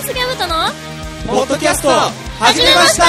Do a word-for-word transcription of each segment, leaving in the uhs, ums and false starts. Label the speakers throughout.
Speaker 1: スギャムとの
Speaker 2: ポッドキャスト始めました。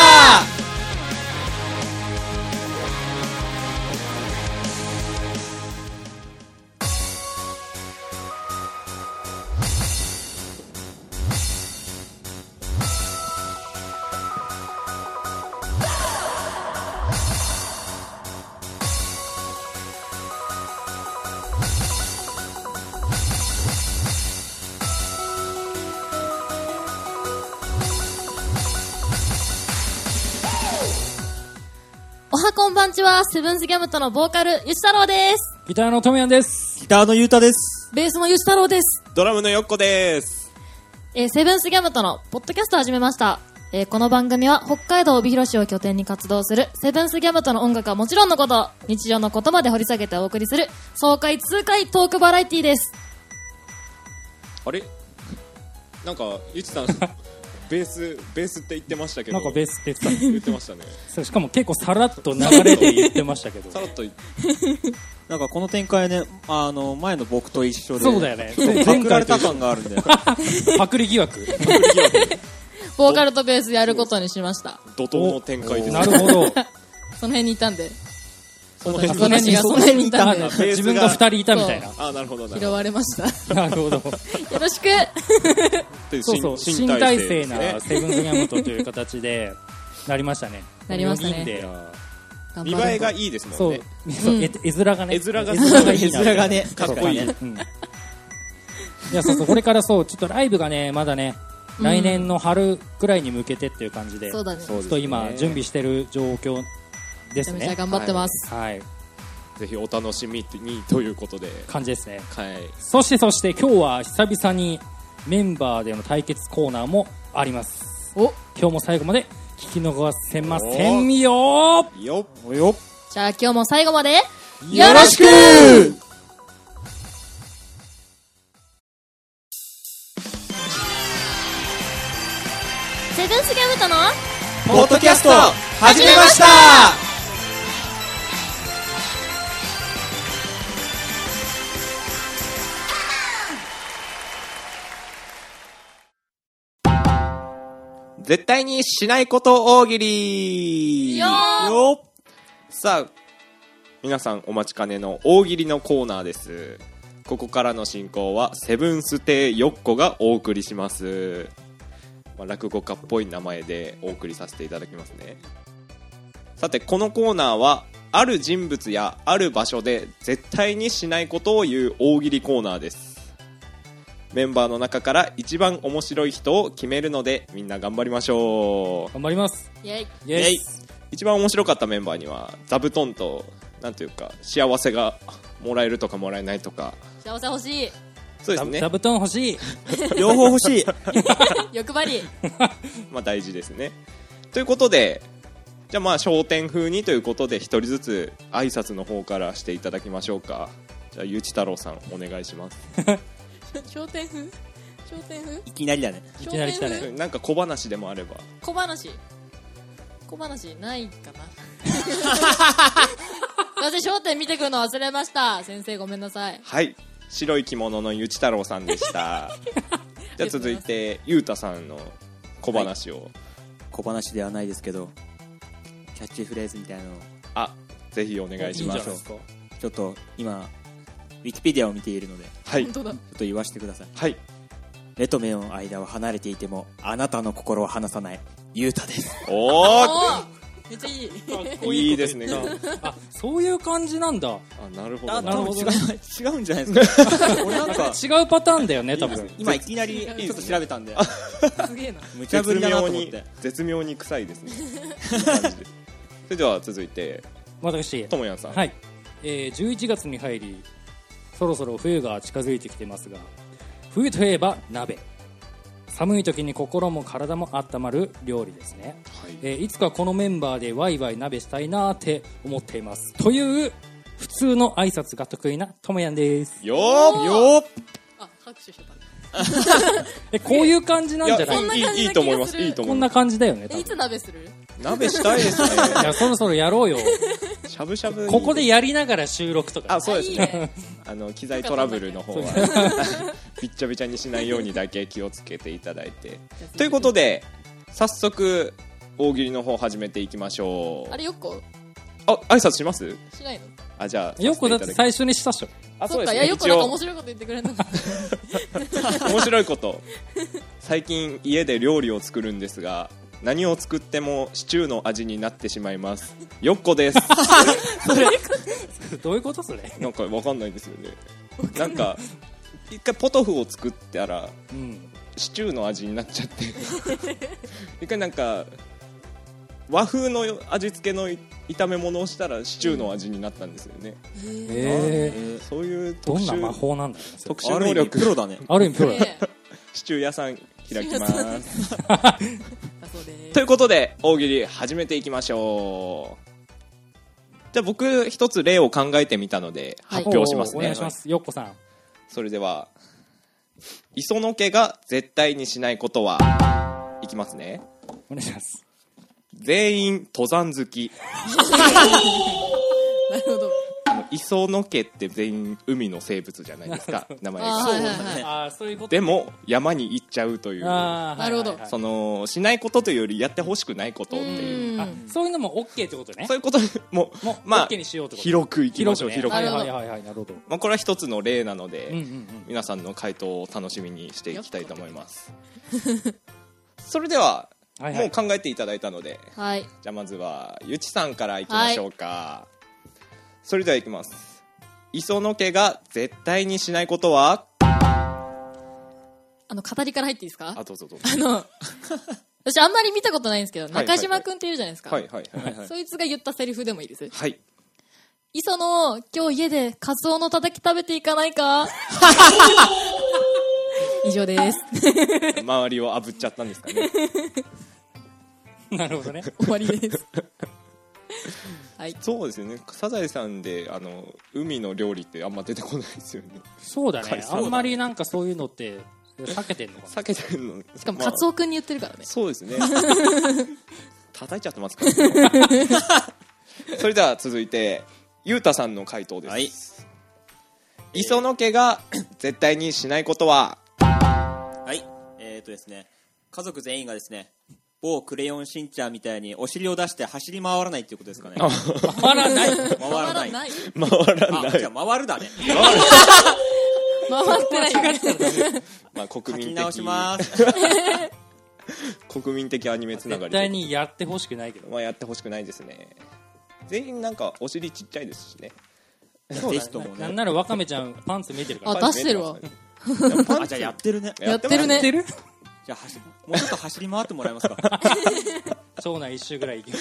Speaker 1: おはこんばんちは。セブンスギャムとのボーカルゆち太郎です。
Speaker 3: ギターのトムヤンです。
Speaker 2: ギターのゆうたです。
Speaker 1: ベースのゆち太郎です。
Speaker 4: ドラムのよっこです。
Speaker 1: えー、セブンスギャムとのポッドキャストを始めました。えー、この番組は北海道帯広市を拠点に活動するセブンスギャムとの音楽はもちろんのこと、日常のことまで掘り下げてお送りする爽快痛快トークバラエティです。
Speaker 4: あれなんかゆちさんベースベースって言ってましたけど、
Speaker 3: なんかベースって言ってた
Speaker 4: 言ってましたね。
Speaker 3: そう、しかも結構さらっと流れで言ってましたけど
Speaker 4: さらっと言って
Speaker 2: なんかこの展開ね、あの前の僕と一緒で
Speaker 3: そうだよね。
Speaker 2: パクられた感があるんで
Speaker 3: パクリ疑惑
Speaker 1: ボーカルとベースやることにしまし
Speaker 4: た。怒涛の展開です。
Speaker 3: なるほど。
Speaker 1: その辺にいたんで、
Speaker 4: その辺
Speaker 1: 私がその辺にいたんで
Speaker 3: 自分がふたりいたみたいな。
Speaker 4: あ、なるほど。
Speaker 1: 拾われました。
Speaker 3: なるほど。よ
Speaker 1: ろしく。
Speaker 3: そうそう、新体制なセブンスギャムとという形でなりましたね。
Speaker 1: なりましたね。
Speaker 4: 見栄えがいいですもんね。
Speaker 3: そう、絵面がね。
Speaker 4: 絵面が
Speaker 2: 絵面がいいな。絵面がね、
Speaker 4: かっこいい。
Speaker 3: いや、そうそう、これからそう、ちょっとライブがね、まだね、来年の春くらいに向けてっていう感じで、
Speaker 1: そうだね。
Speaker 3: ちょっと今準備してる状況ですね。
Speaker 1: めちゃめちゃ頑張ってます。
Speaker 3: はい。
Speaker 4: ぜひお楽しみにということで
Speaker 3: 感じですね。
Speaker 4: はい。
Speaker 3: そしてそして今日は久々にメンバーでの対決コーナーもあります。
Speaker 1: お、
Speaker 3: 今日も最後まで聞き逃せませんよ
Speaker 4: ー。よ
Speaker 2: っよっ。
Speaker 1: じゃあ今日も最後までよ
Speaker 2: ろしく。
Speaker 1: セブンスギャムとの
Speaker 2: ポッドキャスト始めました。
Speaker 4: 絶対にしないこと大喜利
Speaker 1: よー
Speaker 2: よっ。
Speaker 4: さあ皆さんお待ちかねの大喜利のコーナーです。ここからの進行はセブンス亭よっこがお送りします。まあ、落語家っぽい名前でお送りさせていただきますね。さてこのコーナーはある人物やある場所で絶対にしないことを言う大喜利コーナーです。メンバーの中から一番面白い人を決めるのでみんな頑張りましょう。
Speaker 3: 頑張ります。
Speaker 1: イエイ
Speaker 3: イエイ。
Speaker 4: 一番面白かったメンバーには座布団となんというか幸せがもらえるとかもらえないとか。
Speaker 1: 幸せ欲しい。
Speaker 4: そうですね。
Speaker 3: 座布団欲しい。
Speaker 2: 両方欲しい。
Speaker 1: 欲張り。
Speaker 4: まあ大事ですね。ということでじゃあまあ笑点風にということで一人ずつ挨拶の方からしていただきましょうか。じゃあゆち太郎さんお願いします。
Speaker 1: 笑点風？笑点風？
Speaker 2: いきなりだね。
Speaker 3: いきなり来たね。
Speaker 4: なんか小話でもあれば。
Speaker 1: 小話小話ないかな。私笑点見てくるの忘れました。先生ごめんなさい。
Speaker 4: はい、白い着物のゆち太郎さんでしたじゃあ続いてゆうたさんの小話を、はい、
Speaker 2: 小話ではないですけどキャッチフレーズみたいなのを
Speaker 4: あ、ぜひお願いします。
Speaker 2: いいちょっと今ウィキペディアを見ているので、
Speaker 4: はい、
Speaker 1: 本当だ。
Speaker 2: ちょっと言わせてください。
Speaker 4: はい。
Speaker 2: 目と目の間は離れていてもあなたの心を離さないゆうたです。
Speaker 4: おー
Speaker 1: めっちゃいい。
Speaker 4: いいですね。
Speaker 3: あ、そういう感じなんだ。
Speaker 4: あ、なるほど。
Speaker 2: あ、なるほど。違う、違うんじゃないですか。俺なんか
Speaker 3: 違うパターンだよね、多分。
Speaker 2: 今いきなりちょっと調べたんで。
Speaker 1: すげえな。
Speaker 2: 無茶ぶりだなと思って。
Speaker 4: 絶妙に臭いですね。いい感じです。それでは続いて
Speaker 3: 私、
Speaker 4: ともやんさん。
Speaker 3: はい。えー、じゅういちがつに入り、そろそろ冬が近づいてきてますが、冬といえば鍋。寒い時に心も体も温まる料理ですね、はい。えー、いつかこのメンバーでワイワイ鍋したいなって思っていますという普通の挨拶が得意なともやんです。
Speaker 4: よーよー。
Speaker 1: あ、拍手してた。
Speaker 3: え、こういう感じなんじゃない？
Speaker 1: いや、
Speaker 4: いい、いいと思います。いいと思います。
Speaker 3: こんな感じだよね。
Speaker 1: いつ鍋する？
Speaker 4: 鍋したいですね。
Speaker 3: いや、そろそろやろうよ。
Speaker 4: しゃぶしゃぶ
Speaker 3: ここでやりながら収録とか。
Speaker 4: あ、そうです
Speaker 1: いい
Speaker 4: ね
Speaker 1: ね。
Speaker 4: あの機材トラブルの方はびっちゃびちゃにしないようにだけ気をつけていただいてということで早速大喜利の方始めていきましょう。
Speaker 1: あれよっこ
Speaker 4: あ、挨拶します？
Speaker 1: しないの？
Speaker 4: あ、じゃあ
Speaker 3: よっこだって最初にしたっしょ。
Speaker 4: あ、
Speaker 1: そっか、いや、よっこなんか面白いこと言ってくれるのか。
Speaker 4: 面白いこと最近家で料理を作るんですが何を作ってもシチューの味になってしまいます。よっこです
Speaker 3: どういうことそれ？
Speaker 4: なんかわかんないですよね。なんか一回ポトフを作ったら
Speaker 3: うん。
Speaker 4: シチューの味になっちゃって一回なんか和風の味付けの炒め物をしたらシチューの味になったんですよね。
Speaker 3: えー、
Speaker 4: そういう
Speaker 3: ど
Speaker 4: 特殊
Speaker 3: んな魔法なんだろうね。
Speaker 4: 特殊
Speaker 2: ある意味
Speaker 4: 能力
Speaker 2: プロだね。
Speaker 3: ある意味プロだ。
Speaker 1: ね
Speaker 4: シチュー屋さん開きます
Speaker 1: だそうです
Speaker 4: ということで大喜利始めていきましょう。じゃあ僕一つ例を考えてみたので
Speaker 1: はい
Speaker 4: 発表しますね。
Speaker 3: お願いします。よっこさん。
Speaker 4: それでは磯野家が絶対にしないことはいきますね。
Speaker 3: お願いします。
Speaker 4: 全員登山好き。
Speaker 1: なるほど。
Speaker 4: あの磯野家って全員海の生物じゃないですか名前
Speaker 1: あ
Speaker 4: が。
Speaker 1: ーはいはいはい
Speaker 3: ああ、そういうこと。
Speaker 4: でも山に行っちゃうという
Speaker 3: あー
Speaker 1: なるほど
Speaker 3: はいはいはい
Speaker 4: そのしないことというよりやってほしくないことっていう
Speaker 1: うん
Speaker 3: あ、そういうのも OK ってことね。
Speaker 4: そういうことも
Speaker 3: もう、
Speaker 4: まあ
Speaker 3: OK にしようってこと。
Speaker 4: 広くいきましょう。広く、
Speaker 3: 広くね。
Speaker 1: なるほど
Speaker 3: はいはいはいはい、なるほど。
Speaker 4: まあ、これは一つの例なので、
Speaker 3: うんうんうん。
Speaker 4: 皆さんの回答を楽しみにしていきたいと思いますそれでは、
Speaker 3: はいはい
Speaker 4: もう考えていただいたので
Speaker 1: はい。
Speaker 4: じゃあまずはゆちさんからいきましょうか、それではいきます。磯野家が絶対にしないことは？
Speaker 1: あの、語りから入っていいですか？
Speaker 4: あ、どうぞどうぞ。
Speaker 1: あの、私あんまり見たことないんですけど、
Speaker 4: はいはい
Speaker 1: 中島くんっているじゃないですか。
Speaker 4: はいはいはいはい
Speaker 1: そいつが言ったセリフでもいいです。
Speaker 4: はい
Speaker 1: 磯野、今日家でカツオのたたき食べていかないか以上です。
Speaker 4: 周りを炙っちゃったんですかね
Speaker 3: なるほどね。
Speaker 1: 終わりです。はい。
Speaker 4: そうですよね。サザエさんであの海の料理ってあんま出てこないですよね。
Speaker 3: そうだね
Speaker 4: 海。藻
Speaker 3: あんまりなんかそういうのって、避けてんのかな。
Speaker 4: 避けてるの。
Speaker 1: しかも
Speaker 4: まあ
Speaker 1: カツオくんに言ってるからね。
Speaker 4: そうですね叩いちゃってますからねそれでは続いてゆうたさんの回答です、
Speaker 2: はい
Speaker 4: 磯野家が絶対にしないことは？
Speaker 2: はい。えーとですね、家族全員がですね、某クレヨンしんちゃんみたいにお尻を出して走り回らないっていうことですかね。
Speaker 3: 回らない。
Speaker 2: 回らない。
Speaker 1: ない。
Speaker 4: 回らな
Speaker 2: あ、
Speaker 4: い
Speaker 2: じゃあ回るだね。
Speaker 1: 回ってないよ。
Speaker 4: まあ、
Speaker 2: 書
Speaker 4: 国民
Speaker 2: き直し
Speaker 4: 的
Speaker 2: ます。
Speaker 4: 国民的アニメつなが
Speaker 3: 絶対
Speaker 4: りで、
Speaker 3: にやってほしくないけど。
Speaker 4: まあ、やってほしくないですね。全員なんかお尻ちっちゃいですしね。
Speaker 3: そうだね。
Speaker 2: テストもね
Speaker 3: なんならワカメちゃんパンツ見えてるから。
Speaker 1: あ出してるわ
Speaker 2: あ、じゃあやってるね。
Speaker 1: やってるね
Speaker 3: やってる？
Speaker 2: じゃあ走り、もうちょっと走り回ってもらえますか。
Speaker 3: 町内一周ぐらい行け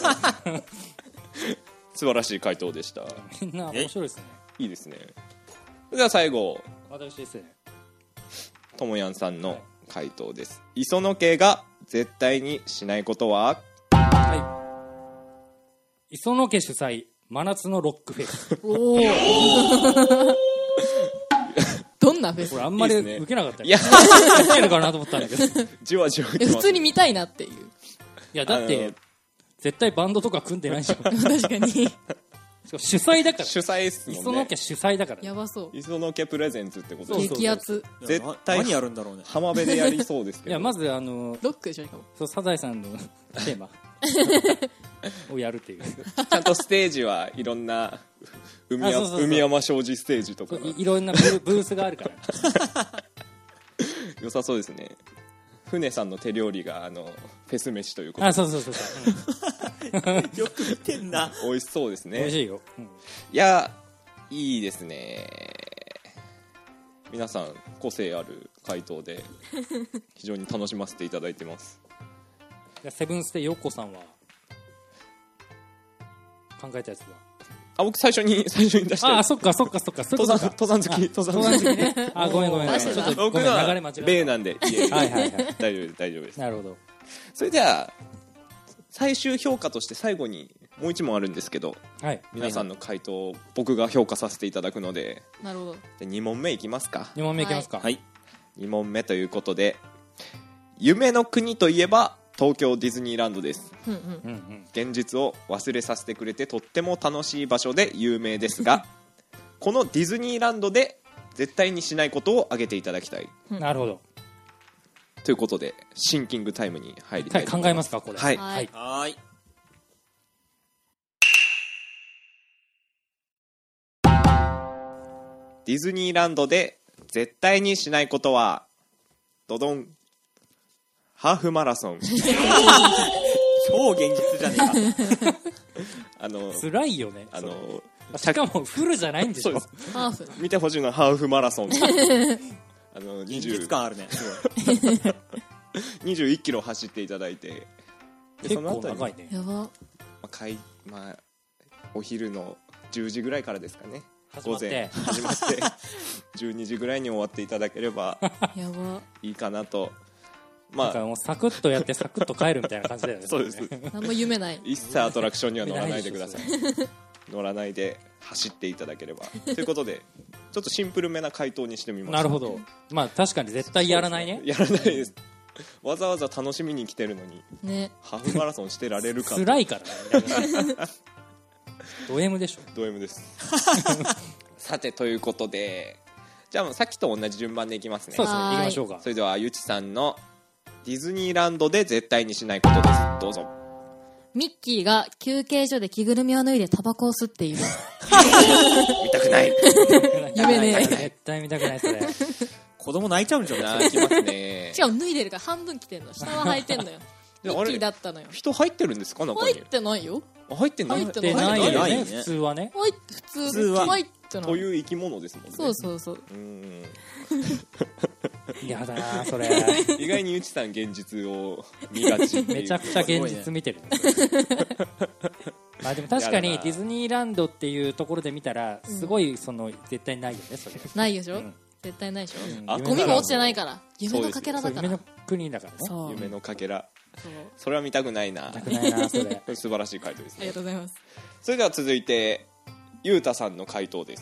Speaker 4: 素晴らしい回答でした。
Speaker 3: みんな面白いですね。
Speaker 4: いいですね。それでは最後
Speaker 3: 私ですね。
Speaker 4: ともやんさんの回答です。磯野家が絶対にしないことは？
Speaker 3: はい。磯野家主催、真夏のロックフェス。
Speaker 1: おお。どんなフェス？
Speaker 3: これあんまり
Speaker 4: いいですね
Speaker 3: 受けなかったね。
Speaker 4: いや
Speaker 3: 受けるかなと思ったんだけど。い
Speaker 4: じわじわき
Speaker 1: え
Speaker 4: ます
Speaker 1: 普通に見たいなっていう。
Speaker 3: や、だっ
Speaker 4: あ
Speaker 3: て
Speaker 4: の、
Speaker 3: 絶対バンドとか組んでないじゃん。しか
Speaker 1: 確かに。
Speaker 3: も主催だから。
Speaker 4: 主催っすもんね。
Speaker 3: 磯野家主催だから。
Speaker 1: やばそう。
Speaker 4: 磯野家プレゼンツってことです。
Speaker 3: そうそう
Speaker 1: 激アツ。
Speaker 4: 絶対
Speaker 2: な何やるんだろうね。
Speaker 4: 浜辺でやりそうですけど。
Speaker 3: いや、まず、あの、
Speaker 1: ロックでしょしかも。
Speaker 3: そう、サザエさんのテーマをやるっていう。
Speaker 4: ちゃんとステージはいろんな海や
Speaker 3: あそうそうそう
Speaker 4: 海山商事ステージとかが
Speaker 3: いいろんなブーブースがあるから。
Speaker 4: 良さそうですね。船さんの手料理があのフェス飯ということ
Speaker 3: あ、
Speaker 4: で
Speaker 3: そうそうそうそう。
Speaker 2: よく見てんな。
Speaker 4: 美味しそうです
Speaker 3: うん、美味
Speaker 4: ね。
Speaker 3: しいよ。うん
Speaker 4: いやいいですね。皆さん個性ある回答で非常に楽しませていただいてます。
Speaker 3: じゃあセブンステイヨッコさんは考えたやつは
Speaker 4: あ、僕最初に最初に出した
Speaker 3: ああ、
Speaker 4: やつ
Speaker 3: そっかそっかそっか。そういう
Speaker 4: 登
Speaker 3: ことか
Speaker 4: 山登山好き登山好き
Speaker 3: 登山好きね。あ、ごめんごめんごめん。ちょっとごめん、
Speaker 4: 僕の
Speaker 3: 流れ間違
Speaker 4: は例
Speaker 3: え
Speaker 4: なんでいえいえ
Speaker 3: た。はいはいはい。
Speaker 4: 大丈夫です大丈夫です。
Speaker 3: なるほど。
Speaker 4: それでは最終評価として最後にもう一問あるんですけど、
Speaker 3: はい。
Speaker 4: 皆さんの回答を僕が評価させていただくので、
Speaker 1: なるほど。
Speaker 4: じゃに問目いきますか。
Speaker 3: に問目いきますか。
Speaker 2: はい。
Speaker 4: に問目ということで、夢の国といえば東京ディズニーランドです。
Speaker 1: うんうん。
Speaker 3: うんうん
Speaker 4: 現実を忘れさせてくれてとっても楽しい場所で有名ですがこのディズニーランドで絶対にしないことを挙げていただきたい
Speaker 3: なるほど。
Speaker 4: ということでシンキングタイムに入りた
Speaker 3: はいい、
Speaker 4: と思いま
Speaker 3: 考えますすかこれ。
Speaker 4: はい
Speaker 1: はい
Speaker 2: はーい。
Speaker 4: ディズニーランドで絶対にしないことはドドンハーフマラソン
Speaker 2: 超現実じゃねえか。
Speaker 4: あの
Speaker 3: 辛いよね。
Speaker 4: あの
Speaker 3: しかもフルじゃないんでしょ。
Speaker 4: そうです
Speaker 1: ハーフ。
Speaker 4: 見てほしいのはハーフマラソンあの
Speaker 2: 現
Speaker 4: にじゅう,
Speaker 2: 実感あるね。すごい。
Speaker 4: にじゅういちキロ走っていただいてで
Speaker 3: 結
Speaker 4: その後に
Speaker 3: 構長いね。
Speaker 1: やば。
Speaker 4: まあかいまあ、お昼のじゅうじぐらいからですかね
Speaker 3: 始まって
Speaker 4: 午前始まってじゅうにじぐらいに終わっていただければ
Speaker 1: やば。
Speaker 4: いいかなと
Speaker 3: なんか
Speaker 4: まあ
Speaker 3: もうサクッとやってサクッと帰るみたいな感じだよね。
Speaker 4: そうです
Speaker 1: 何も夢ない。
Speaker 4: 一切アトラクションには乗らないでください乗らないで走っていただければということでちょっとシンプルめな回答にしてみました。
Speaker 3: なるほど。まあ確かに絶対やらないね。
Speaker 4: やらないですわざわざ楽しみに来てるのに
Speaker 1: ね。
Speaker 4: ハーフマラソンしてられるか
Speaker 3: 辛いからね。ド M でしょ。
Speaker 4: ド M ですさてということでじゃあもうさっきと同じ順番でいきますね
Speaker 3: そうですね。
Speaker 1: はーい
Speaker 3: 行きましょうか
Speaker 4: そ。れではゆちさんのディズニーランドで絶対にしないことです。どうぞ。
Speaker 1: ミッキーが休憩所で着ぐるみを脱いでタバコを吸っている。
Speaker 4: 見たくない
Speaker 1: 夢ね
Speaker 3: 絶対見たくないそれ。
Speaker 2: 子供泣いちゃうんじゃん。
Speaker 4: 泣きますね
Speaker 1: しかも脱いでるから半分着てんの。下は履いてんのよ。ミ
Speaker 4: であれ
Speaker 1: ッキーだったのよ。
Speaker 4: 人入ってるんですか中に。
Speaker 1: 入ってないよ。
Speaker 4: あ入ってない
Speaker 1: 入って
Speaker 3: でないよね。
Speaker 2: ないよね
Speaker 3: 普通はね。
Speaker 1: 入って普通
Speaker 2: 普通は
Speaker 1: 入ってない。
Speaker 4: という生き物ですもんね。
Speaker 1: そうそうそう。
Speaker 4: うーん
Speaker 3: やだなそれ。
Speaker 4: 意外にゆちさん現実を見がちっていう
Speaker 3: めちゃくちゃ現実見てるね。まあでも確かにディズニーランドっていうところで見たらすごいその絶対ないよねそれ。
Speaker 1: ないでしょ、
Speaker 3: うん
Speaker 1: 絶対ないでしょ、
Speaker 3: うん
Speaker 4: あ
Speaker 1: ゴミも落ちてないから夢のかけらだから
Speaker 3: そう夢の国だからね。
Speaker 1: そう
Speaker 4: 夢のかけら
Speaker 1: そう
Speaker 4: それは見たくないな。
Speaker 3: なくないなそれ。
Speaker 4: これ素晴らしい回答です
Speaker 1: あり
Speaker 4: ね。
Speaker 1: がとうございます。
Speaker 4: それでは続いてゆうたさんの回答です。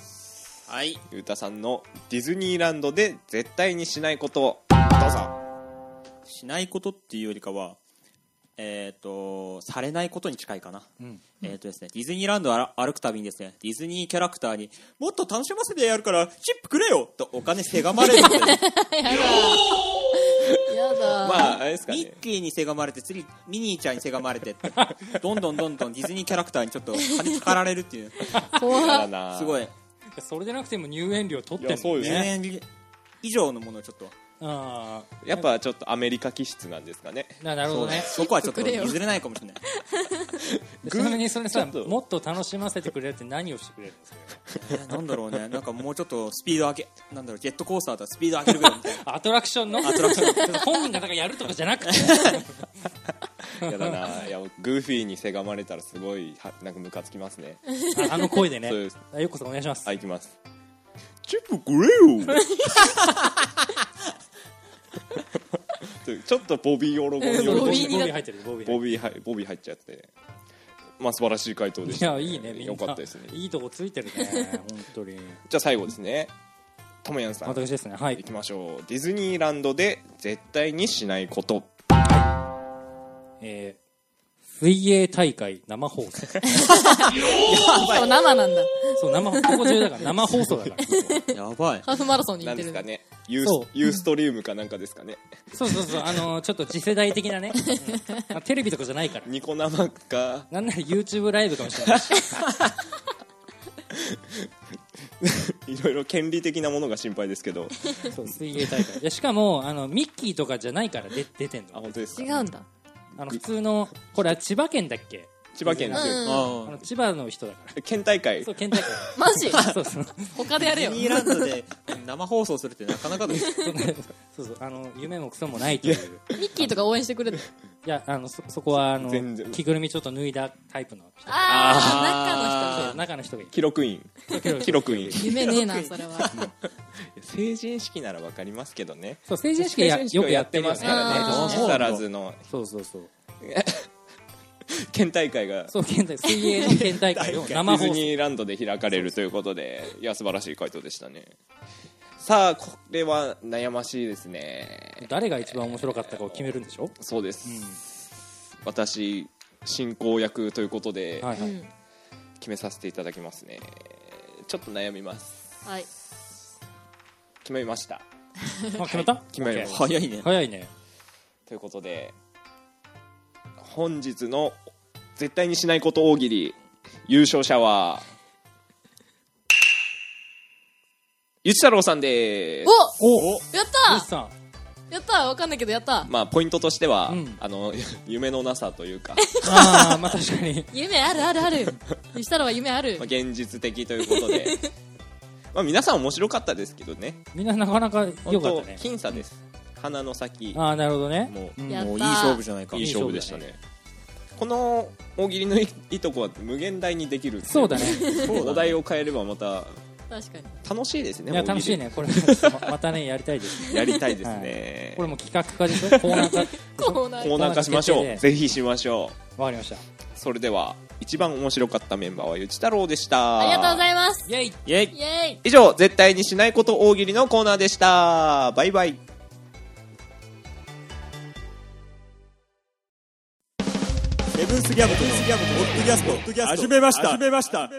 Speaker 2: はい。
Speaker 4: ゆうたさんのディズニーランドで絶対にしないことをどうぞ。
Speaker 2: しないことっていうよりかは、えっ、と、されないことに近いかな。
Speaker 3: うん
Speaker 2: えっ、とですね、ディズニーランドを歩歩くたびにですね、ディズニーキャラクターにもっと楽しませてやるからチップくれよとお金せがまれるんですよね。
Speaker 1: やだやだ、
Speaker 4: まああれですかね
Speaker 2: ミッキーにせがまれて次ミニーちゃんにせがまれてってどんどんどんどんディズニーキャラクターにちょっと金かかられるっていう
Speaker 1: 怖
Speaker 4: やだ
Speaker 1: っ
Speaker 4: な
Speaker 2: すごい
Speaker 3: それでなくても入園料取ってんの
Speaker 4: いやそうです
Speaker 2: 10
Speaker 4: ね
Speaker 2: 円以上のものをちょっと
Speaker 3: あ
Speaker 4: やっぱちょっとアメリカ気質なんですかね。
Speaker 3: あななるほどね。
Speaker 2: そこはちょっと
Speaker 1: チップくれよ
Speaker 2: 譲れないかもしれない。
Speaker 3: ちなみにそれさ
Speaker 4: ちょっと
Speaker 3: もっと楽しませてくれるって何をしてくれるんですか。
Speaker 2: えーなんだろうね、なんかもうちょっとスピード上げなんだろうジェットコースターとスピード上げるぐらいみたいな
Speaker 3: アトラクションの
Speaker 2: アトラクション
Speaker 3: 本人がだからやるとかじゃなくて
Speaker 4: やだないやグーフィーにせがまれたらすごいはなんかムカつきますね。
Speaker 3: ああの声でね
Speaker 4: そうです。
Speaker 3: あよっこさんお願いします。
Speaker 4: はい行きます。チップくれよちょっとボビーオロゴンより
Speaker 1: ボビーにな
Speaker 3: ボビー入ってるボビー入っ
Speaker 4: ボビーはいボビー入っちゃってまあ素晴らしい回答でしてた、
Speaker 3: るいやいいねみんな
Speaker 4: よかったですね。
Speaker 3: いいとこついてるね本当に。
Speaker 4: じゃあ最後ですねともやんさん
Speaker 3: 私ですねはい
Speaker 4: 行きましょう。ディズニーランドで絶対にしないこと
Speaker 3: えー水泳大会生放送
Speaker 1: そう生なんだ。
Speaker 3: そう生ここ中だから生放送だから
Speaker 2: やばい
Speaker 1: ハーフマラソンに行
Speaker 4: な
Speaker 1: ってる
Speaker 4: んですかねユー
Speaker 3: そう
Speaker 4: スユーストリームかなんかですかね。
Speaker 3: そうそうそうあのーちょっと次世代的なね、うんあテレビとかじゃないから
Speaker 4: ニコ生か
Speaker 3: なんなら YouTube ライブかもしれないし
Speaker 4: いろいろ権利的なものが心配ですけど
Speaker 3: そう水泳大会いやしかもあのミッキーとかじゃないから出出てんの
Speaker 4: あ本当ですか。
Speaker 1: 違うんだ。
Speaker 3: あの普通のこれは千葉県だっけ
Speaker 4: 千葉県ですよ、
Speaker 1: うん
Speaker 3: あ
Speaker 2: あ
Speaker 3: の千葉の人だから
Speaker 4: 県大会
Speaker 3: そう県大会
Speaker 1: マジ
Speaker 3: そうそう
Speaker 1: 他でやれよ
Speaker 2: ディズニーランドで生放送するってなかなかです。
Speaker 3: そうそうあの夢もクソもないという
Speaker 1: ミッキーとか応援してくれる。
Speaker 3: いやあのそそこはあの
Speaker 4: 全然
Speaker 3: 着ぐるみちょっと脱いだタイプの人
Speaker 1: あ
Speaker 3: そう中の人がいる
Speaker 4: 記録員記録員
Speaker 1: ー夢ねえなそれは。
Speaker 4: 成人式ならわかりますけどね。
Speaker 3: そう成人式やよくやってるよね
Speaker 4: ますからね
Speaker 1: あー
Speaker 4: 年足らずの
Speaker 3: そうそうそう
Speaker 4: 県大会が
Speaker 3: そう県大水泳の県大会を
Speaker 4: デ
Speaker 3: 生放送
Speaker 4: ィズニーランドで開かれるということでいや素晴らしい回答でしたね。さあこれは悩ましいですね。
Speaker 3: 誰が一番面白かったかを決めるんでしょ。
Speaker 4: そうです、 私進行役ということで
Speaker 3: はいはい、
Speaker 1: うん
Speaker 4: 決めさせていただきますね。ちょっと悩みます。
Speaker 1: はい。
Speaker 4: 決めました。
Speaker 3: あ決めた、
Speaker 4: 決まりました。
Speaker 2: 早いね。
Speaker 3: 早いね。
Speaker 4: ということで本日の絶対にしないこと大喜利優勝者はゆち太郎さんでーす。
Speaker 1: お
Speaker 3: お
Speaker 1: やった
Speaker 3: よしさん、
Speaker 1: やったわかんないけどやった
Speaker 4: まあポイントとしては、
Speaker 3: うん
Speaker 4: あの夢のなさというか
Speaker 3: ああまあ確かに
Speaker 1: 夢あるあるある西太郎は夢ある
Speaker 4: まあ現実的ということでまあ皆さん面白かったですけどね、
Speaker 3: みんななかなか良
Speaker 4: 本当
Speaker 3: かったね。
Speaker 4: 僅差です。鼻の先
Speaker 3: ああなるほどね。
Speaker 4: もう
Speaker 3: うん
Speaker 1: やった
Speaker 2: もういい勝負じゃないか。
Speaker 4: いい勝負でしたね。この大喜利のいいとこは無限大にできるってい
Speaker 3: そうだね。
Speaker 4: お題を変えればまた
Speaker 1: 確かに
Speaker 4: 楽しいですね。
Speaker 3: いや
Speaker 4: 大喜利
Speaker 3: 楽しいね。これままたねやりたいです。
Speaker 4: やりたいですね、
Speaker 3: これも企画化でしょ。コーナー化。
Speaker 1: コーナー
Speaker 4: コーナー化しましょ
Speaker 3: コーナー決定で
Speaker 4: う。ぜひしましょ
Speaker 3: わかりました。
Speaker 4: う。それでは一番面白かったメンバーはゆち太郎でした。
Speaker 1: ありがとうございます
Speaker 3: イェイ。
Speaker 2: イェイ。
Speaker 1: イエーイ
Speaker 4: 以上絶対にしないこと大喜利のコーナーでした。バイバイ。
Speaker 5: セブンスギャムとのポッドキャスト始めました始めました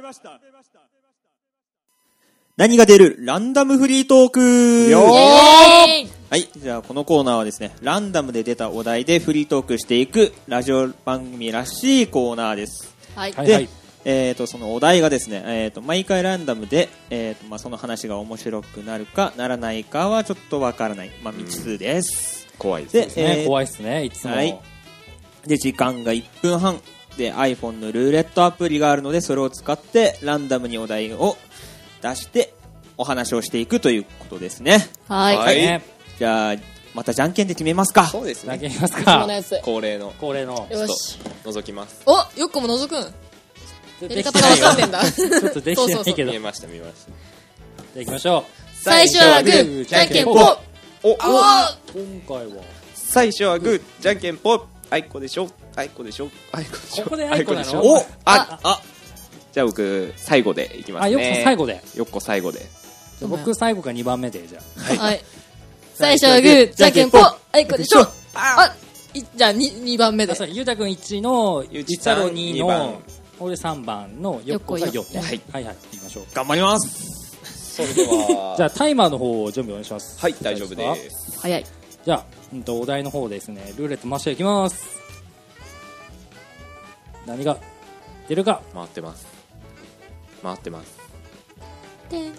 Speaker 2: 何が出るランダムフリートーク
Speaker 4: よー
Speaker 1: イエーイ
Speaker 2: はい。じゃあ、このコーナーはですね、ランダムで出たお題でフリートークしていくラジオ番組らしいコーナーです。
Speaker 1: はい
Speaker 2: で、
Speaker 3: はいはい。
Speaker 2: えっ、と、そのお題がですね、えっ、と、毎回ランダムで、えっ、と、まあ、その話が面白くなるかならないかはちょっとわからない。まあ、未知数です。
Speaker 4: 怖いです
Speaker 2: で、
Speaker 3: ね、
Speaker 2: えー
Speaker 3: 怖いっすね。いつも。
Speaker 2: はいで、時間がいっぷんはんで iPhone のルーレットアプリがあるので、それを使ってランダムにお題を出してお話をしていくということですね。
Speaker 1: はい
Speaker 4: はい
Speaker 3: ね。
Speaker 2: じゃあ、またじゃんけんで決めますか。
Speaker 4: そうですね。
Speaker 3: 投げます
Speaker 1: いつも
Speaker 3: か
Speaker 1: の。やつ
Speaker 4: 恒例の
Speaker 3: 恒例の。
Speaker 1: よし
Speaker 4: 覗きます。
Speaker 1: およっこも覗くんやり
Speaker 3: でき
Speaker 1: 方がわかんねえんだ
Speaker 3: ちょっとできてないけど。じゃ
Speaker 4: 見えました見えました。
Speaker 3: あ行きましょ
Speaker 1: 最初はグーじゃんけんぽんあ
Speaker 4: お
Speaker 3: う。今回は。
Speaker 4: 最初はグーじゃんけんぽん。あいこでしょあいこでしょあいこでしょ
Speaker 3: ここであいこなの
Speaker 4: でしょ
Speaker 3: お
Speaker 4: ああじゃあ僕最後でいきますね。
Speaker 3: あ、よく最後で。
Speaker 4: よっこ最後で。
Speaker 3: じゃあ僕最後がにばんめで、じゃあ。
Speaker 1: はい最初はグーじゃんけんぽんあいこでしょあいじゃあ 2, 二番目で
Speaker 3: あ、そう、ゆうたくんいちの、ゆ
Speaker 4: ゆちさん
Speaker 3: ちたろに
Speaker 4: にばん
Speaker 3: の、俺さんばんのよっこがよんね。
Speaker 1: よっこ
Speaker 3: はいはいはい、行きましょう。
Speaker 2: 頑張ります。
Speaker 4: それでは
Speaker 3: じゃあタイマーの方を準備お願いします。
Speaker 4: はい大丈夫です。
Speaker 1: 早い
Speaker 3: じゃあ、うんと、お題の方ですね、ルーレット回していきます。何が出るか。
Speaker 4: 回ってます回ってます。
Speaker 1: てん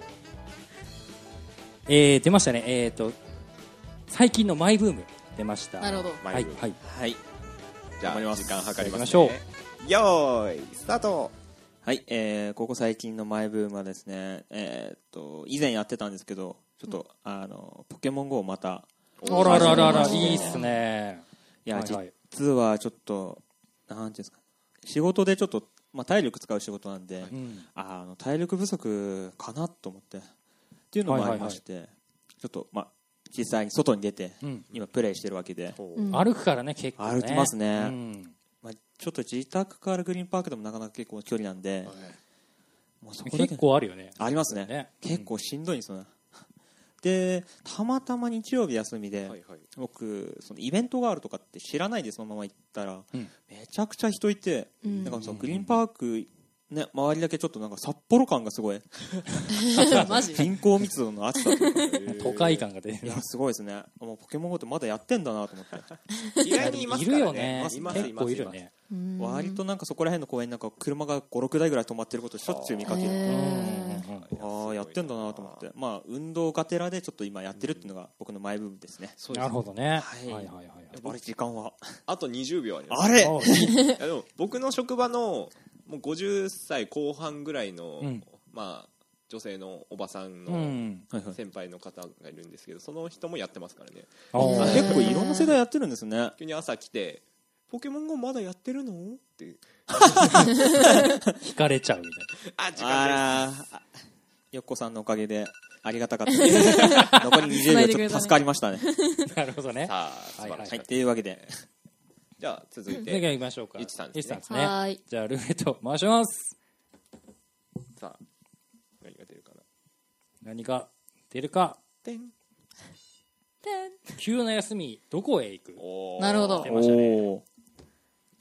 Speaker 3: えー、出ましたね。えーと、最近のマイブーム出ました。
Speaker 1: なるほど
Speaker 3: はい、はい。
Speaker 2: はい。
Speaker 4: じゃあ
Speaker 2: 頑張ります
Speaker 4: 時間計りますね。
Speaker 3: 行きましょ
Speaker 4: よーいスタート。
Speaker 2: はい、えー、ここ最近のマイブームはですね、えーっと、以前やってたんですけど、ちょっと、あの、ポケモン ゴー また、
Speaker 3: あらららら、
Speaker 2: 始めましたね
Speaker 3: いいっすね。
Speaker 2: いや、
Speaker 3: はいはい
Speaker 2: 実はちょっと、なんていうんですか、仕事でちょっと、まあ、体力使う仕事なんで、
Speaker 3: うん。
Speaker 2: あの体力不足かなと思ってっていうのもありまして、ちょっと、まあ、実際に外に出て、
Speaker 3: うん。
Speaker 2: 今プレイしてるわけで、
Speaker 1: うん
Speaker 3: 歩くからね、結構ね。
Speaker 2: 歩きますね
Speaker 3: うん。
Speaker 2: まあ、ちょっと自宅からグリーンパークでもなかなか結構距離なんで、もうそこだけ
Speaker 3: 結構あるよね。
Speaker 2: ありますね
Speaker 3: ね。
Speaker 2: 結構しんどいんですよね、でたまたま日曜日休みで、
Speaker 4: はいはい。
Speaker 2: 僕そのイベントがあるとかって知らないでそのまま行ったら、
Speaker 3: うん
Speaker 2: めちゃくちゃ人いて、
Speaker 1: うん
Speaker 2: なんかそのグリーンパーク、ね、周りだけちょっとなんか札幌感がすごい
Speaker 1: マジ
Speaker 2: 人口密度の厚さというか
Speaker 3: 都会感が出る
Speaker 2: いやすごいですね。もうポケモン ゴー ってまだやってんだなと思って
Speaker 4: 意外にいます
Speaker 3: い
Speaker 4: からね。
Speaker 3: るよね。
Speaker 4: いますい
Speaker 3: 結
Speaker 4: ます
Speaker 3: 構いるよね。
Speaker 1: うん
Speaker 2: 割となんかそこら辺の公園なんか車がごろくだいぐらい止まってることしょっちゅう見かける。
Speaker 1: へ
Speaker 2: ああやってんだなと思って、まあ運動がてらでちょっと今やってるっていうのが僕のマイブームですね。
Speaker 4: そうです
Speaker 3: なるほどね。
Speaker 2: はい
Speaker 3: はいはいはい。
Speaker 2: あれ時間は
Speaker 4: あとにじゅうびょうあります。
Speaker 2: あれ
Speaker 3: お
Speaker 4: いやでも僕の職場のもうごじゅっさいこう半ぐらいの、
Speaker 3: うん
Speaker 4: まあ女性のおばさん
Speaker 3: う
Speaker 4: の
Speaker 3: ん。
Speaker 2: はいはい
Speaker 4: 先輩の方がいるんですけど、その人もやってますからね。
Speaker 3: おー
Speaker 2: 結構いろんな世代やってるんですね。
Speaker 4: 急に朝来てポケモン ゴー まだやってるのって
Speaker 3: 惹かれちゃうみたい
Speaker 4: あ時間
Speaker 2: あらよっこさんのおかげでありがたかったです残りにじゅうびょうちょっと助かりましたね。
Speaker 3: な。なるほどね。
Speaker 4: さあ素晴らし
Speaker 2: はい、
Speaker 4: かった。
Speaker 2: というわけで
Speaker 4: じゃあ続い
Speaker 3: では
Speaker 4: て
Speaker 3: 行きましょうか。
Speaker 4: いちさんですね
Speaker 3: いちさんです
Speaker 1: は
Speaker 3: ね。
Speaker 1: ーい
Speaker 3: じゃあルーレット回します。
Speaker 4: さあ何が出るかな。
Speaker 3: 何が出るか。
Speaker 4: てん
Speaker 3: 急な休み、どこへ行く？
Speaker 4: おー
Speaker 1: なるほど
Speaker 3: 出ましたね。
Speaker 2: おー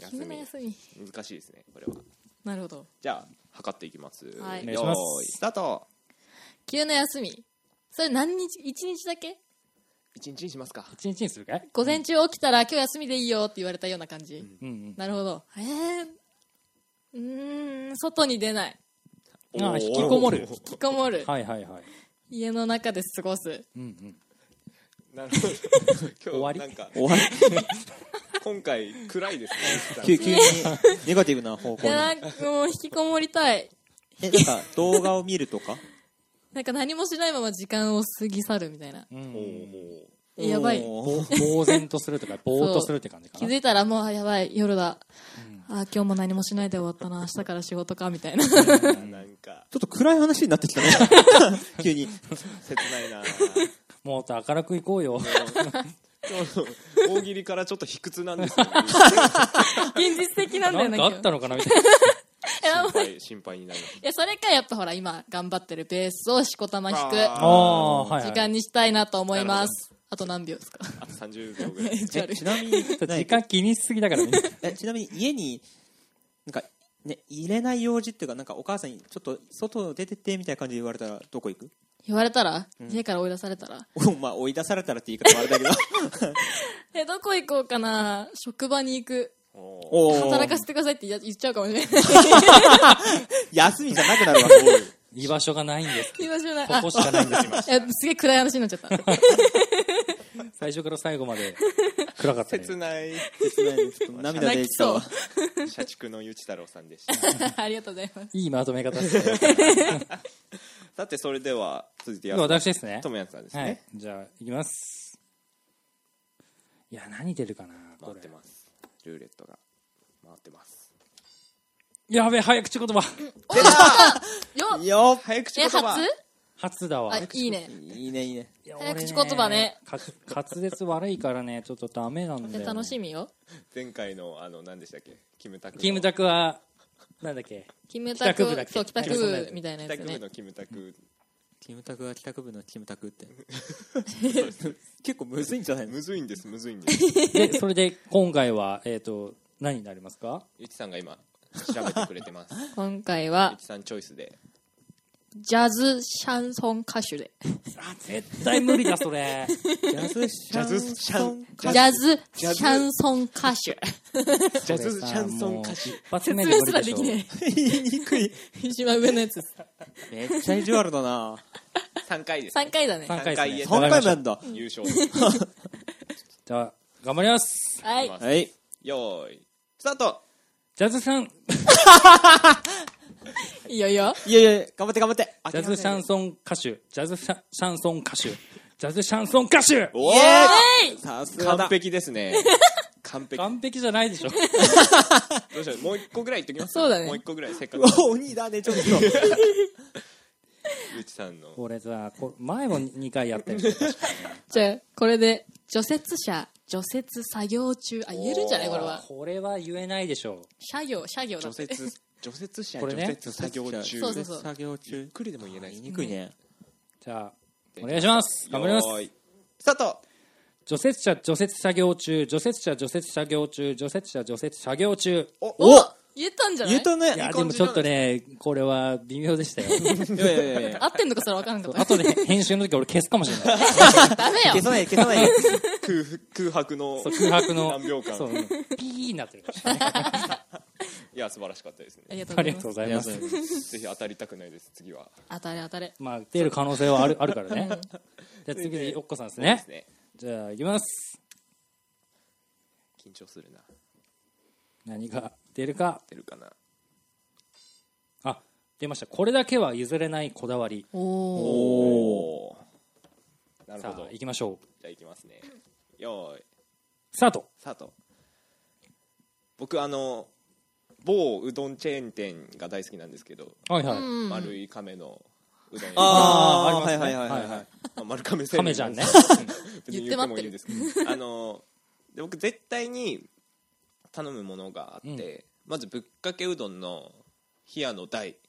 Speaker 1: 急な休み。
Speaker 4: 難しいですねこれは。
Speaker 1: なるほど。
Speaker 4: じゃあ測っていきます。
Speaker 1: はい
Speaker 3: お願いします
Speaker 4: よーいスタート。
Speaker 1: 急な休み。それ何日、一日だけ？
Speaker 4: 一日にしますか。
Speaker 3: 一日にするかい？
Speaker 1: 午前中起きたら今日休みでいいよって言われたような感じ。
Speaker 3: うんうん。
Speaker 1: なるほど。えー、うーん、外に出ない。
Speaker 3: ああ、引きこもる。
Speaker 1: 引きこもる。
Speaker 3: はいはいはい。
Speaker 1: 家の中で過ごす。
Speaker 3: うんうん。
Speaker 4: なるほど。今日
Speaker 3: 終わり
Speaker 4: なんか
Speaker 2: 終わり
Speaker 4: 今回暗いですね。
Speaker 2: 急急にネガティブな方向に。
Speaker 1: いや、なんかもう引きこもりたい。
Speaker 2: え、なんか動画を見るとか
Speaker 1: なんか何もしないまま時間を過ぎ去るみたいな。
Speaker 3: うん
Speaker 4: おー
Speaker 1: えやばい。
Speaker 2: おー
Speaker 3: ぼ呆然とするとか、ぼーっとするって感じかな。
Speaker 1: 気づいたらもう、あやばい、夜だ。あ今日も何もしないで終わったな。明日から仕事か、みたいな。
Speaker 4: なんか
Speaker 2: ちょっと暗い話になってきたね。急に。
Speaker 4: 切ないな。
Speaker 3: もっと明るくいこうよ。
Speaker 4: 今日の大喜利からちょっと卑屈なんですよね。
Speaker 1: 現実的なんだよな、
Speaker 3: なんかあ
Speaker 1: 今日。
Speaker 3: ったのかなみたいな。
Speaker 4: 心配心配になります。
Speaker 1: いや、それかやっぱほら、今頑張ってるベースをしこたま弾く
Speaker 3: ああ、はい、はい。
Speaker 1: 時間にしたいなと思います。あと何秒ですか？
Speaker 4: あとさんじゅうびょうぐらい。
Speaker 2: えちなみに、
Speaker 3: 時間気にしすぎだからね。
Speaker 2: えちなみに家になんかね入れない用事っていうかなんかお母さんにちょっと外出てってみたいな感じで言われたらどこ行く？
Speaker 1: 言われたら、家から追い出されたら。
Speaker 2: おまあ追い出されたらって言い方もあれだけど。
Speaker 1: え、どこ行こうかな。職場に行く。
Speaker 4: おー
Speaker 2: おー
Speaker 1: 働かせてくださいって言っちゃうかもしれない。
Speaker 2: 休みじゃなくなるわ。
Speaker 3: 居場所がないんです。
Speaker 1: 言いましょうない。
Speaker 3: ここしかないんです、今。
Speaker 1: あいやすげえ暗い話になっちゃった。
Speaker 3: 最初から最後まで暗かったね。
Speaker 4: 切ない
Speaker 2: 切ないねちょっと涙出てきたわ。
Speaker 4: 社畜のゆち太郎さんでした。
Speaker 1: ありがとうございます。
Speaker 3: いいまとめ方ですね。
Speaker 4: さてそれでは続いてや
Speaker 3: 私ですね。
Speaker 4: ともやさんです
Speaker 3: はい
Speaker 4: ね。。
Speaker 3: じゃあ、いきます。いや、何出るかな、これ
Speaker 4: 回って。ます。ルーレットが回ってます。
Speaker 3: やべえ、早口言葉。
Speaker 1: よっ
Speaker 2: よっ
Speaker 1: え、
Speaker 4: 早口言葉。
Speaker 1: 初
Speaker 3: 初だわ。
Speaker 1: あ、いいね。
Speaker 2: いいねいいね。
Speaker 3: いや
Speaker 1: 早口言葉ね。
Speaker 3: 俺か滑舌悪いからね、ちょっとダメなんだよ、
Speaker 1: で
Speaker 3: ね。
Speaker 1: 楽しみよ。
Speaker 4: 前回のあの何でしたっけ？キムタクの。
Speaker 3: キムタクは、なんだっけ。
Speaker 1: キムタク
Speaker 3: 帰宅部だっけ
Speaker 1: そう、帰宅部みたいなやつね
Speaker 4: 帰宅部。のキムタク。
Speaker 2: キムタクは帰宅部のキムタクって。結構むずいんじゃないの？
Speaker 4: むずいんですむずいんです。
Speaker 3: で、それで今回は、えっ、と、何になりますか？
Speaker 4: ゆちさんが今調べてくれてます。
Speaker 1: 今回
Speaker 4: ゆ
Speaker 1: は、
Speaker 4: ちさんチョイスで。
Speaker 1: ジャズシャンソン歌手で。
Speaker 3: あ、絶対無理だ、それ。
Speaker 2: ジャズシ
Speaker 4: ャズシャン
Speaker 1: ジャズシャンソン歌手。
Speaker 4: ジャズシャンソン歌手。
Speaker 3: 一発
Speaker 1: 説
Speaker 3: 目で
Speaker 1: 明
Speaker 3: 無理でしょ。
Speaker 1: すらできね
Speaker 2: 言いにくい。
Speaker 1: え。一番上のやつです。
Speaker 2: めっちゃ意地悪だな。
Speaker 4: さんかいです。
Speaker 1: さんかいだね。
Speaker 3: 三回ですね。
Speaker 4: 三
Speaker 2: 三回目なんだ。
Speaker 4: 優勝です。
Speaker 3: じゃあ、頑張ります。
Speaker 1: はい。
Speaker 2: はい。
Speaker 4: よーいスタート。
Speaker 3: ジャズさん、
Speaker 1: いいよいいよ。
Speaker 2: いやいや頑張って頑張って。
Speaker 3: ジャズシャンソン歌手、ジャズシャシャンソン歌手、ジャズシャンソン歌手。
Speaker 4: おー
Speaker 1: えい
Speaker 2: さすがだ
Speaker 4: 完。璧ですね。完璧。ど
Speaker 3: 完璧じゃないでしょ。
Speaker 4: うしよう。もう一個ぐらい言っときます。
Speaker 1: そうだね
Speaker 4: もう一個ぐらいせっかく。
Speaker 2: 鬼だねちょっと。
Speaker 4: ゆちさんの。
Speaker 3: これさ、こ前もにかいやったよね。
Speaker 1: じゃあ、これで、除雪車、除雪作業中。あ、言えるんじゃないこれは。
Speaker 3: これは言えないでしょ
Speaker 1: 作業、作業だって。
Speaker 4: 除雪、除雪車、
Speaker 3: これね
Speaker 4: 除雪作業中。
Speaker 1: そうそうそう
Speaker 2: 作業中。
Speaker 4: ゆっくりでも言えないです
Speaker 2: 言いにくいね。
Speaker 3: う。じゃあ、お願いします。頑張ります。
Speaker 4: よーいスタート。
Speaker 3: 除雪車除雪作業中、除雪車除雪作業中、除雪車除雪作業中。
Speaker 1: お言えたんじゃない
Speaker 2: 言えたね。
Speaker 3: いや、でもちょっとね、これは微妙でしたよ。
Speaker 2: いやいやいやいや。
Speaker 1: 合ってんのかそれ分からんかった。
Speaker 3: 後で編集の時俺消すかもしれない。
Speaker 1: ダメよ
Speaker 2: 消さない消さない。
Speaker 4: 空空白の
Speaker 3: そう空白の
Speaker 4: 何秒間。
Speaker 3: そう、ピーになってる。
Speaker 4: いや素晴らしかったですね。
Speaker 1: ありがとう
Speaker 3: あり
Speaker 1: ございます
Speaker 3: がとうございます。
Speaker 4: ぜひ当たりたくないです次は。
Speaker 1: 当たれ当たれ。
Speaker 3: まあ、出る可能性はあるあるからね。じゃあ次でよっこさんですね
Speaker 4: そうです。ね。
Speaker 3: じゃあ、いきます。
Speaker 4: 緊張するな。
Speaker 3: 何が出るか。
Speaker 4: 出るかな。
Speaker 3: あ、出ました。これだけは譲れないこだわり。
Speaker 1: おお。
Speaker 2: おお。
Speaker 4: なるほど。
Speaker 3: さあ、
Speaker 4: じ
Speaker 3: 行きましょう。
Speaker 4: ゃあいきますね。よーい
Speaker 3: スタート。
Speaker 4: スタート。僕あの某うどんチェーン店が大好きなんですけど、
Speaker 3: はいはい。
Speaker 1: うん。
Speaker 4: 丸い亀のうどん屋
Speaker 2: あー
Speaker 3: あーありますね
Speaker 2: はいはいはいはい
Speaker 3: はいはい
Speaker 4: まあ丸亀製麺
Speaker 3: 亀じゃんね。
Speaker 4: 別に言ってもいいんですけどあので僕絶対に頼むものがあって、まずぶっかけうどんの冷やの大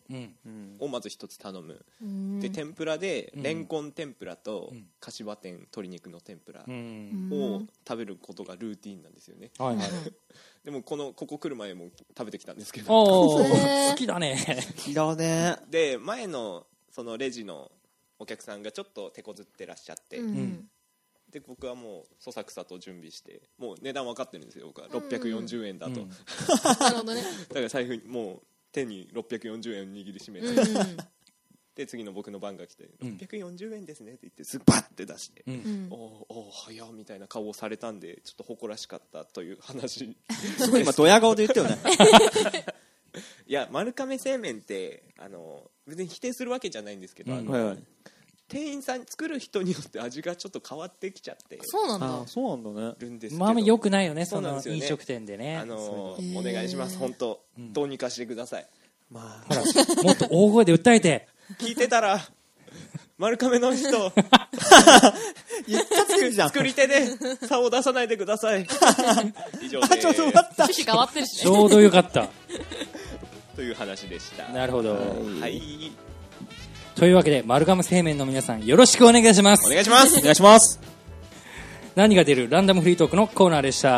Speaker 3: うん
Speaker 4: をまず一つ頼む、
Speaker 1: うん
Speaker 4: で天ぷらで
Speaker 3: うん
Speaker 4: レンコン天ぷらと
Speaker 3: うん
Speaker 4: かしわ天鶏肉の天ぷら
Speaker 3: うん
Speaker 4: を食べることがルーティーンなんですよね。
Speaker 3: はいはい
Speaker 4: でもこのここ来る前も食べてきたんですけど、
Speaker 3: お
Speaker 1: へー
Speaker 3: ー好きだね
Speaker 2: 好きだね。
Speaker 4: で前のそのレジのお客さんがちょっと手こずってらっしゃって、
Speaker 1: うん
Speaker 4: で僕はもうそさくさと準備してもう値段分かってるんですよ僕はろっぴゃくよんじゅうえんだと、
Speaker 3: うん
Speaker 1: なるほどね。
Speaker 4: だから財布にもう手にろっぴゃくよんじゅうえん握りしめて、
Speaker 1: うん
Speaker 4: で次の僕の番が来て、
Speaker 3: うん
Speaker 4: ろっぴゃくよんじゅうえんですねって言ってすぐバッて出して、
Speaker 3: うん
Speaker 1: うん
Speaker 4: おーおー早っみたいな顔をされたんでちょっと誇らしかったという話。
Speaker 2: すごい今ドヤ顔で言ったよね。
Speaker 4: いや丸亀製麺ってあの別に否定するわけじゃないんですけど、
Speaker 3: うん
Speaker 4: あの
Speaker 2: はいはい。
Speaker 4: 店員さん作る人によって味がちょっと変わってきちゃって
Speaker 1: そうなんだ
Speaker 2: あ。そうなんだね。
Speaker 4: るんですけど、
Speaker 3: まあまあ良くないよねそうの
Speaker 4: そなんですよね
Speaker 3: 飲食店でね
Speaker 4: あの
Speaker 1: そういうの
Speaker 4: お願いします
Speaker 1: へー
Speaker 4: 本当、
Speaker 3: うん
Speaker 4: どうにかしてください。
Speaker 2: ま
Speaker 3: ほらもっと大声で訴えて
Speaker 4: 聞いてたら丸亀の人
Speaker 2: あ、言った作りじゃん。
Speaker 4: 作り手で差を出さないでください。以上です
Speaker 2: あ、ちょっと待った。
Speaker 1: 趣旨変わってるし
Speaker 3: ち
Speaker 1: ね。
Speaker 3: ょうどよかった
Speaker 4: という話でした。
Speaker 3: なるほど
Speaker 4: はい、
Speaker 3: というわけで丸亀製麺の皆さんよろしくお願いします
Speaker 4: お願いします。
Speaker 2: お願いします。
Speaker 3: 何が出るランダムフリートークのコーナーでした。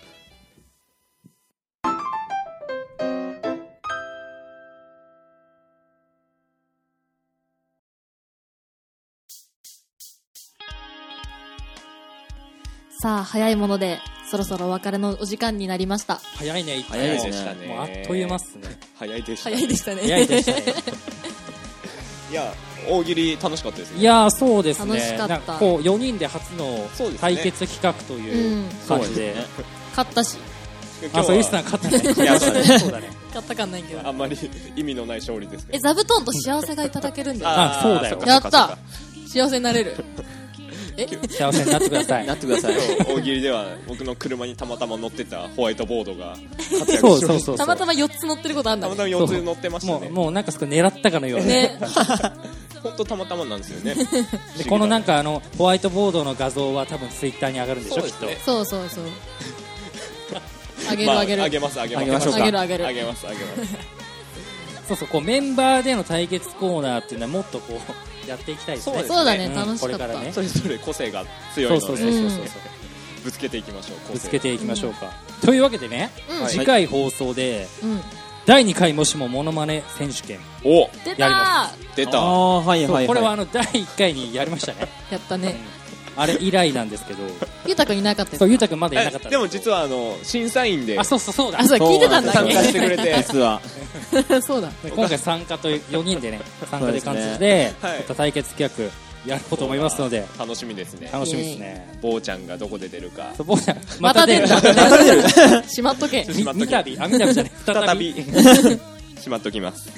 Speaker 1: さあ、早いもので、そろそろお別れのお時間になりました。
Speaker 3: 早いね
Speaker 2: 早いですね
Speaker 4: でしたね。
Speaker 3: もうあっという間っすね
Speaker 4: 早いでした。
Speaker 1: 早いでしたね。
Speaker 3: 早いでしたね
Speaker 4: いや大喜利楽しかったですね。
Speaker 3: いやーそうですね
Speaker 1: 楽しかった
Speaker 3: なんかこうよにんで初の
Speaker 4: そうですね
Speaker 3: 対決企画という感じで、
Speaker 1: 勝ったし。
Speaker 4: 今
Speaker 3: あそうイース
Speaker 4: 日は
Speaker 3: さん勝ったね
Speaker 4: いやそうだね
Speaker 3: そうだね
Speaker 1: 勝った感ないけど。
Speaker 4: あんまり意味のない勝利ですけ
Speaker 1: え、
Speaker 4: ど。
Speaker 1: 座布団と幸せがいただけるんだよ。
Speaker 3: あそうだよ
Speaker 4: そか
Speaker 1: やった
Speaker 4: そかそか
Speaker 1: 幸せになれる。え
Speaker 3: 幸せになってください
Speaker 2: なってください。
Speaker 4: 今日大喜利では僕の車にたまたま乗ってたホワイトボードが活躍し
Speaker 3: そうそうそう
Speaker 1: たまたまよっつ乗ってることあんだね。
Speaker 4: たまたまよっつ乗ってましたね。
Speaker 3: もうもうなんかすごい狙ったかのように、
Speaker 1: ね。
Speaker 4: 本当たまたまなんですよね。
Speaker 3: でこのなんかあのホワイトボードの画像は多分ツイッターに上がるんでしょきっと
Speaker 4: そうですね
Speaker 1: そうそうそう。あげ
Speaker 4: まあ
Speaker 1: るあげる。
Speaker 4: あげますあげます
Speaker 2: あげましょうか
Speaker 1: あげるあげる
Speaker 4: あげますあげます。
Speaker 3: そうそうこうメンバーでの対決コーナーっていうのはもっとこうやっていきたいですね
Speaker 4: そうです
Speaker 1: そうだね、
Speaker 3: うん
Speaker 1: 楽しかった。
Speaker 3: これからね
Speaker 4: それぞれ個性が強いので
Speaker 3: そうそうそうそうそう
Speaker 4: ぶつけていきましょう。個性
Speaker 3: ぶつけていきましょうか、というわけでね、
Speaker 1: うん
Speaker 3: 次回放送で
Speaker 1: うん。
Speaker 3: だいにかいもしもモノマネ選手権、
Speaker 4: お
Speaker 1: 出
Speaker 3: やりま
Speaker 1: た
Speaker 4: 出た。
Speaker 2: ああ、はい
Speaker 3: そう
Speaker 2: はいはい。
Speaker 3: これはあのだいいっかいにやりましたね
Speaker 1: やったね。
Speaker 3: あれ以来なんですけど
Speaker 1: ゆうたくんいなかったですか
Speaker 3: そうゆうたくんまだいなかったん
Speaker 4: えでも実はあの審査員で
Speaker 3: あそうそうそうだ
Speaker 1: あ、そう、聞いてたんだ
Speaker 4: 参加してくれて
Speaker 2: 実は。
Speaker 1: そうだ。
Speaker 3: で今回参加とよにんでね参加で感じ
Speaker 2: そう
Speaker 3: で
Speaker 4: はい
Speaker 3: また対決企画やろうと思いますので
Speaker 4: 楽しみですね。
Speaker 3: 楽しみですね
Speaker 4: 坊ちゃんがどこで出るか
Speaker 3: そう坊ちゃん
Speaker 1: また出る。
Speaker 3: ま
Speaker 1: また出る。しまっとけ。
Speaker 3: みみたびあみたびじゃね再
Speaker 4: 再
Speaker 3: び
Speaker 4: びしまっときます。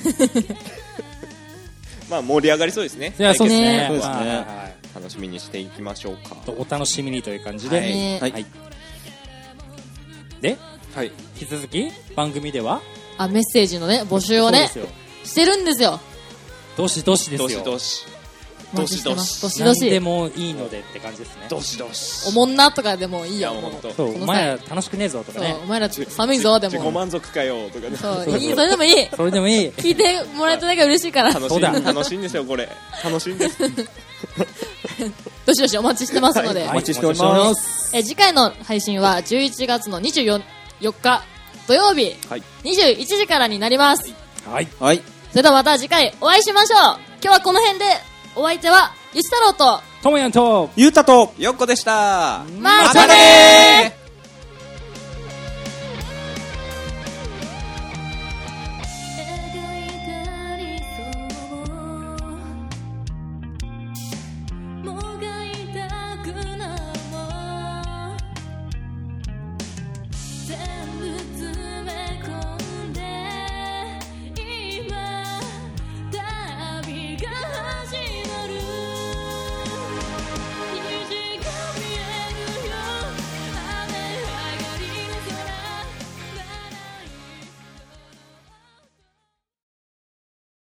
Speaker 4: まあ盛り上がりそうですね。
Speaker 3: いやそうですね
Speaker 1: ね
Speaker 2: そうですね
Speaker 3: はいはいはい
Speaker 4: 楽しみにしていきましょうか。
Speaker 3: とお楽しみにという感じで、
Speaker 4: はい
Speaker 1: ね
Speaker 2: はい
Speaker 3: はいで
Speaker 4: はい。
Speaker 3: 引き続き番組では
Speaker 1: あ、メッセージのね、募集をね
Speaker 3: そう、ですよ
Speaker 1: してるんですよ。
Speaker 3: どしどしですよ
Speaker 4: どしどし。
Speaker 1: お
Speaker 4: ど
Speaker 1: 待ちしてます。
Speaker 4: しどし
Speaker 1: ど。しど
Speaker 3: 何で
Speaker 1: し。
Speaker 3: もいいのでって感じですね
Speaker 4: どしどし。
Speaker 1: おもんなとかでもいい
Speaker 4: いや
Speaker 1: よ。もう
Speaker 4: もう本当。
Speaker 3: そうお
Speaker 1: この際
Speaker 3: 前ら楽しくねえぞとか
Speaker 1: そう、
Speaker 3: ね
Speaker 1: お前ら寒いぞ、でも。
Speaker 4: 自己満足かよとかね。
Speaker 1: そう、いい、それでもいい。
Speaker 3: それでもいい
Speaker 1: 聞いてもらえただけ嬉しいから。
Speaker 4: 楽しい
Speaker 3: そうだ
Speaker 4: 楽しいんですよこれ。楽しいんです。
Speaker 1: どしどしお待ちしてますので。
Speaker 2: お待ちしております。
Speaker 1: え次回の配信はじゅういちがつのにじゅうよっか土曜日、
Speaker 4: はい
Speaker 1: にじゅういちじからになります。
Speaker 3: はい
Speaker 2: はい。
Speaker 1: それではまた次回お会いしましょう。今日はこの辺でお相手はゆち太郎と
Speaker 3: ともやんと
Speaker 2: ゆうたと、
Speaker 4: よっこでした。
Speaker 1: またねー
Speaker 6: もが